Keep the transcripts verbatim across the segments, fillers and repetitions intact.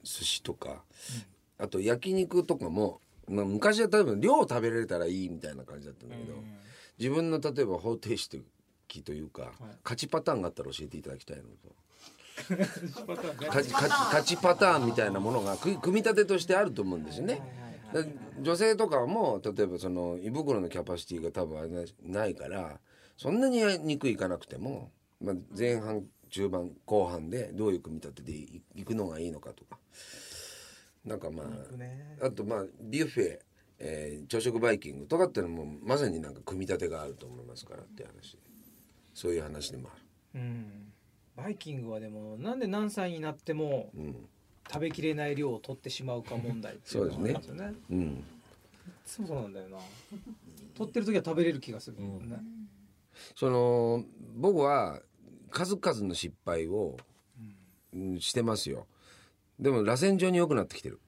寿司とか、うん、あと焼肉とかも、まあ、昔は多分量食べられたらいいみたいな感じだったんだけど、うん、自分の例えば方程式というか、はい、勝ちパターンがあったら教えていただきたいのと勝ち勝ちパターンみたいなものが組み立てとしてあると思うんですよね。女性とかも例えばその胃袋のキャパシティが多分ないからそんなに肉いかなくても、まあ、前半中盤後半でどういう組み立てでいくのがいいのかとかなんかまああとまあビュッフェ、えー、朝食バイキングとかっていうのもまさになんか組み立てがあると思いますからっていう話そういう話でもある、うん、 バイキングはでもなんで何歳になっても、うん食べきれない量を取ってしまうか問題っていうのがあるんですよね。うん。そうなんだよな。取ってる時は食べれる気がするもんね。うん、 その僕は数々の失敗を、うん、してますよ。でも螺旋状に良くなってきてる。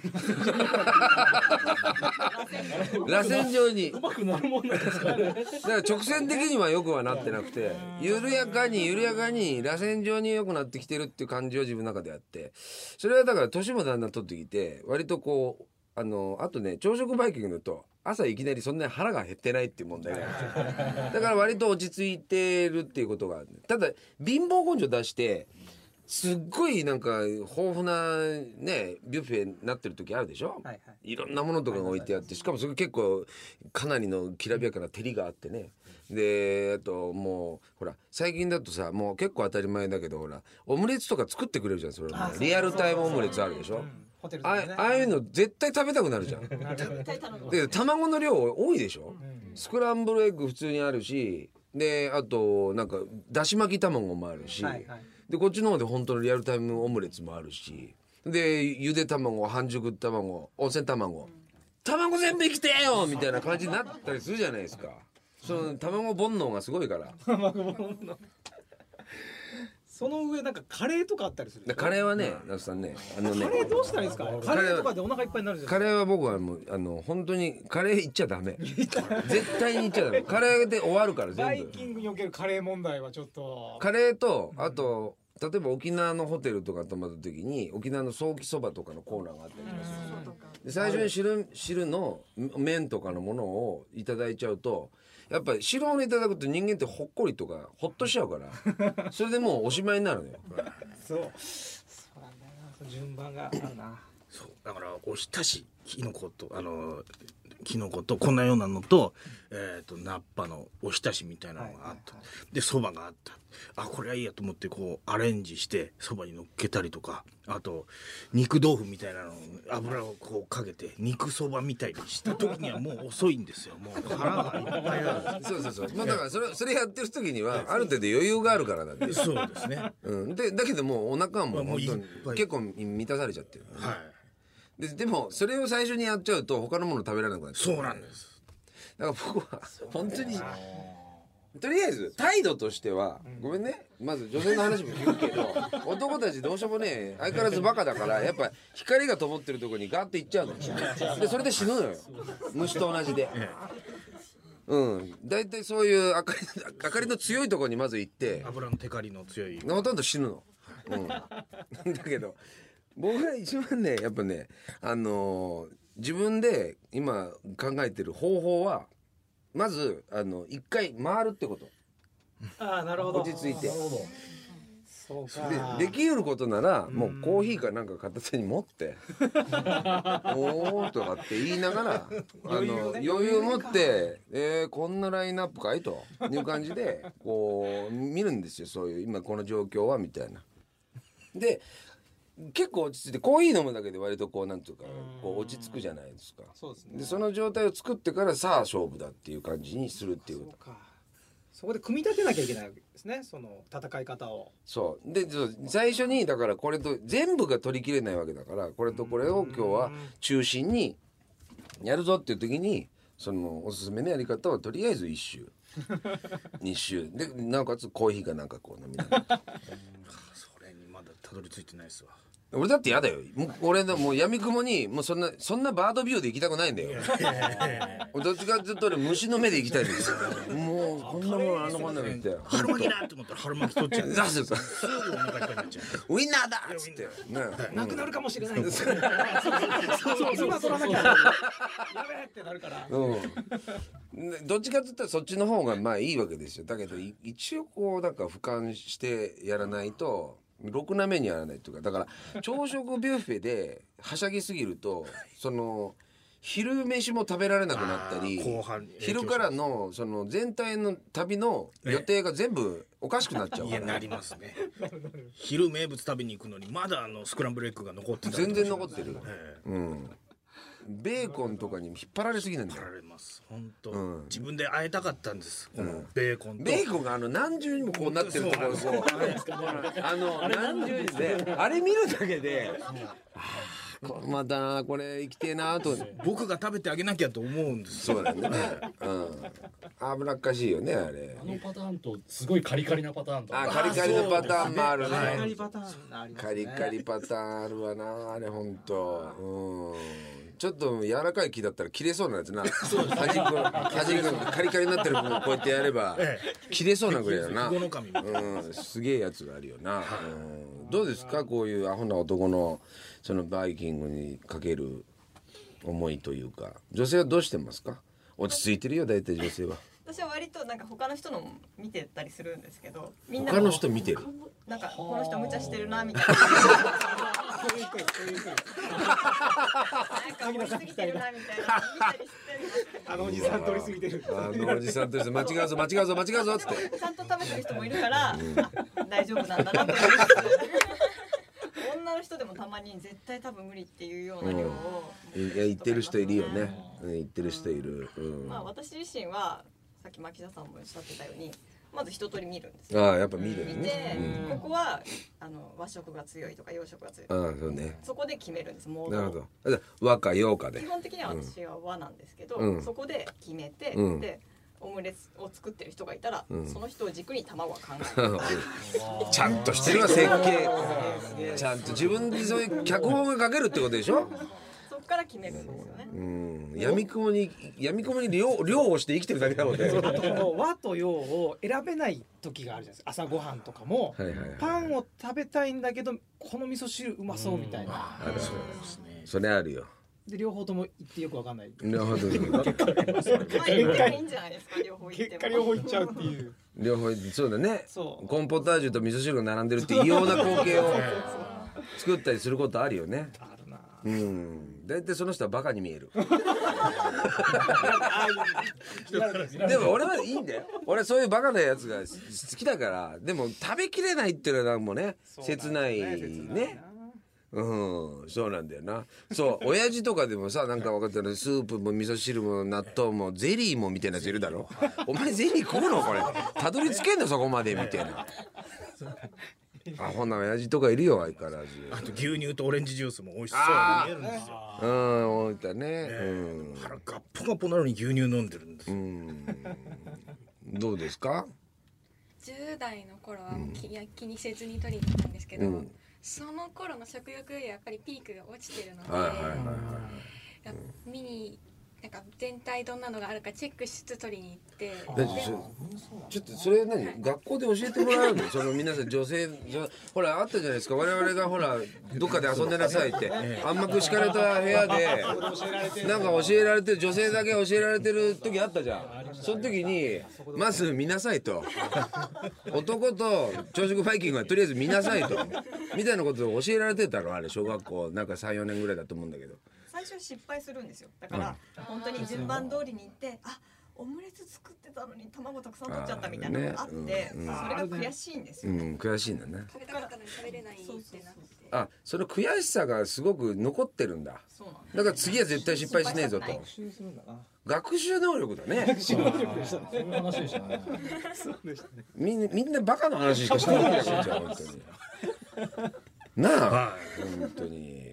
螺旋状にうまくなるもんなんですかね。 だから直線的には良くはなってなくて緩やかに緩やかに螺旋状に良くなってきてるっていう感じを自分の中であってそれはだから年もだんだん取ってきて割とこうあのあとね朝食バイキングだと朝いきなりそんなに腹が減ってないっていう問題があるんですよ。だから割と落ち着いてるっていうことがある。ただ貧乏根性出してすっごいなんか豊富なねビュッフェになってる時あるでしょ、はいはい、いろんなものとかが置いてあってしかもそれ結構かなりのきらびやかな照りがあってねであともうほら最近だとさもう結構当たり前だけどほらオムレツとか作ってくれるじゃんそれもリアルタイムオムレツあるでしょ、うんね、あ, ああいうの絶対食べたくなるじゃんで卵の量多いでしょ、うん、スクランブルエッグ普通にあるしであとなんかだし巻き卵もあるし、はいはい、でこっちの方で本当のリアルタイムオムレツもあるしでゆで卵半熟卵温泉卵、うん、卵全部生きてよみたいな感じになったりするじゃないですか。その卵煩悩がすごいから卵煩悩その上なんかカレーとかあったりする。 カレーはね、那須さんね、あのね、 カレーどうしたらいいですか。カレーとかでお腹いっぱいになるじゃん。 カレーは僕はもうあの本当にカレー行っちゃダメ。絶対に行っちゃダメ。カレーで終わるから全部。 バイキングにおけるカレー問題はちょっと。 カレーとあと例えば沖縄のホテルとか泊まった時に沖縄のソーキそばとかのコーナーがあったりとかする。で最初に汁汁の麺とかのものをいただいちゃうと。やっぱり白物いただくと人間ってほっこりとかほっとしちゃうからそれでもうおしまいになるのよそうそうなんだよな順番があるなそうだからおひたしきのことあのきのことこんなようなのと、えー、と菜っぱのおひたしみたいなのがあった、はいはいはい、でそばがあったあこれはいいやと思ってこうアレンジしてそばに乗っけたりとかあと肉豆腐みたいなの油をこうかけて肉そばみたいにした時にはもう遅いんですよもう腹がいっぱいあるそうそうそう、まあ、だからそれそれやってる時にはある程度余裕があるからだってそうですね、 うん、でだけどもうお腹はもう本当に結構満たされちゃってる、ね、はいで, でもそれを最初にやっちゃうと他のもの食べられなくなっちゃう。 そうなんです。 だから僕は本当にとりあえず態度としては、うん、ごめんねまず女性の話も聞くけど男たちどうしてもね相変わらずバカだからやっぱ光が灯ってるところにガーって行っちゃうのよでそれで死ぬのよ虫と同じでうんだいたいそういう明かり明かりの強いところにまず行って油のテカリの強いほとんど死ぬの、うん、だけど僕が一番ねやっぱねあのー、自分で今考えてる方法はまずあの一回回るってこと。 ああなるほど落ち着いてなるほどそうかでできることならもうコーヒーかなんか片手に持っておーとかって言いながらあの余裕、ね、余裕を持ってえー、こんなラインナップかいという感じでこう見るんですよそういう今この状況はみたいなで結構落ち着いてコーヒー飲むだけで割とこうなんていうかこう落ち着くじゃないですか。 そうですね。 でその状態を作ってからさあ勝負だっていう感じにするっていうこと。 そうか。そこで組み立てなきゃいけないわけですね。その戦い方を。 そうで最初にだからこれと全部が取りきれないわけだからこれとこれを今日は中心にやるぞっていう時にそのおすすめのやり方はとりあえずいっ周に周でなおかつコーヒーかなんかこう飲みながらそれにまだたどり着いてないですわ。 俺だって嫌だよ。もう俺だもう闇雲にもうそんなそんなバードビューで行きたくないんだよ。どっちかっていうと虫の目で行きたいんですよ。もうこんなもんあんなこんなの言って春巻きだって思ったら春巻き取っちゃう。 出すすぐお腹いっぱいになっちゃう。 ウインナーだっつってね。 なくなるかもしれないんですよ。そうそう今取らなきゃやべえってなるから。 うん。どっちかって言ったらそっちの方がまあいいわけですよ。だけど一応こうなんか俯瞰してやらないと。ろくな目にやらないというかだから朝食ビュッフェではしゃぎすぎるとその昼飯も食べられなくなったり後半昼からのその全体の旅の予定が全部おかしくなっちゃうからいやなりますね。昼名物食べに行くのにまだあのスクランブルエッグが残ってた全然残ってる、 ええ、 うんベーコンとかに引っ張られすぎなんだよ。 引っ張られます本当、 うん、 自分で会えたかったんですこのベーコンと、 ベーコンがあの何重にもこうなってるところこうあの何重にであれ見るだけでこまたなこれ生きてえなと僕が食べてあげなきゃと思うんです。 そうだね、うん、危なっかしいよねあれ。 あのパターンとすごいカリカリなパターンとあカリカリのパターンもあるね。 カリカリパターンありますね。 カリカリパターンあるわなあれほんと、うんちょっと柔らかい木だったら切れそうなやつな。端っこ端っこカリカリになってる部分こうやってやれば切れそうなぐらいだな。うんすげえやつがあるよな、うん、どうですかこういうアホな男のそのバイキングにかける思いというか女性はどうしてますか。落ち着いてるよ大体女性は。 私は割となんか他の人のも見てたりするんですけどみんな他の人見てるなんかこの人無茶してるなみたいななんか盛りすぎてるなみたいな見たりしてあのおじさん取りすぎてる。 あのおじさんとして間違うぞ間違うぞ間違うぞっつってちゃんと食べてる人もいるから、うん、あ大丈夫なんだなと思いつつ女の人でもたまに絶対多分無理っていうような量を、 うん、いや言ってる人いるよね、うん、言ってる人いる、うんまあ、私自身はさっき牧田さんもおっしゃってたようにまず一通り見るんですよ。 ああやっぱ見るね。 見て、うん、ここはあの和食が強いとか洋食が強いとか、 ああそうね。 そこで決めるんです。モード。 なるほど。和か洋かで。 基本的には私は和なんですけど、 うん、そこで決めて、うん、でオムレツを作ってる人がいたら、うん、その人を軸に卵は考える。 ちゃんとしてるわ設計。ちゃんと自分でそういう脚本が書けるってことでしょ。 そこから決めるんですよね。 うん、闇雲に闇雲に漁漁をして生きてるだけだもんね。 あとこの和と洋を選べない時があるじゃないですか。朝ごはんとかも、はいはいはい、パンを食べたいんだけどこの味噌汁うまそうみたいな。 あるそうですね。それあるよ。 で両方とも言ってよくわかんない。 両方とも。 結果いいんじゃないですか。両方言っても。 結果両方言っちゃうっていう。 両方そうだね。そう。コーンポタージュと味噌汁が並んでるって異様な光景を作ったりすることあるよね。 あるな。 うん。だいたいその人はバカに見える。でも俺はいいんだよ。俺はそういうバカなやつが好きだから。でも食べきれないっていうのはもうね切ないね。うん、そうなんだよな。そう親父とかでもさなんか分かったらスープも味噌汁も納豆もゼリーもみたいなやついるだろ。お前ゼリー食うのこれたどり着けんのそこまでみたいな。あほんな親父とかいるよ相変わらず。 あと牛乳とオレンジジュースも美味しそうに見えるんですよ。 うん置いたね、 えーうん、腹ガッポガポなのに牛乳飲んでるんですよ。 うんどうですか。 じゅう代の頃はもう気、うん、気にせずに取りに行ったんですけど、うん、その頃の食欲よりやっぱりピークが落ちてるので、はいはいはいはい、見になんか全体どんなのがあるかチェックしつつ取りに行って、 ちょっとそれ何、はい、学校で教えてもらうのその皆さん女性ほらあったじゃないですか我々がほらどっかで遊んでなさいって暗幕敷かれた部屋でなんか教えられてる女性だけ教えられてる時あったじゃん。その時にまず見なさいと男と朝食バイキングはとりあえず見なさいとみたいなことを教えられてたのあれ小学校なんか さんよねんぐらいだと思うんだけど最初失敗するんですよ。だから、うん、本当に順番通りに行ってあオムレツ作ってたのに卵たくさん取っちゃったみたいなのがあって、ねうんうん、それが悔しいんですよ、ねうん、悔しいんだね。 食べたかったのに食べれないってなって、 あその悔しさがすごく残ってるんだ。そうなんです。だから次は絶対失敗しねえぞと。学習能力だね。学習能力でしたね。そういう話でしたね。そうでしたね。みんなみんなバカな話しかしてないじゃん本当に。なあ、はい、本当に。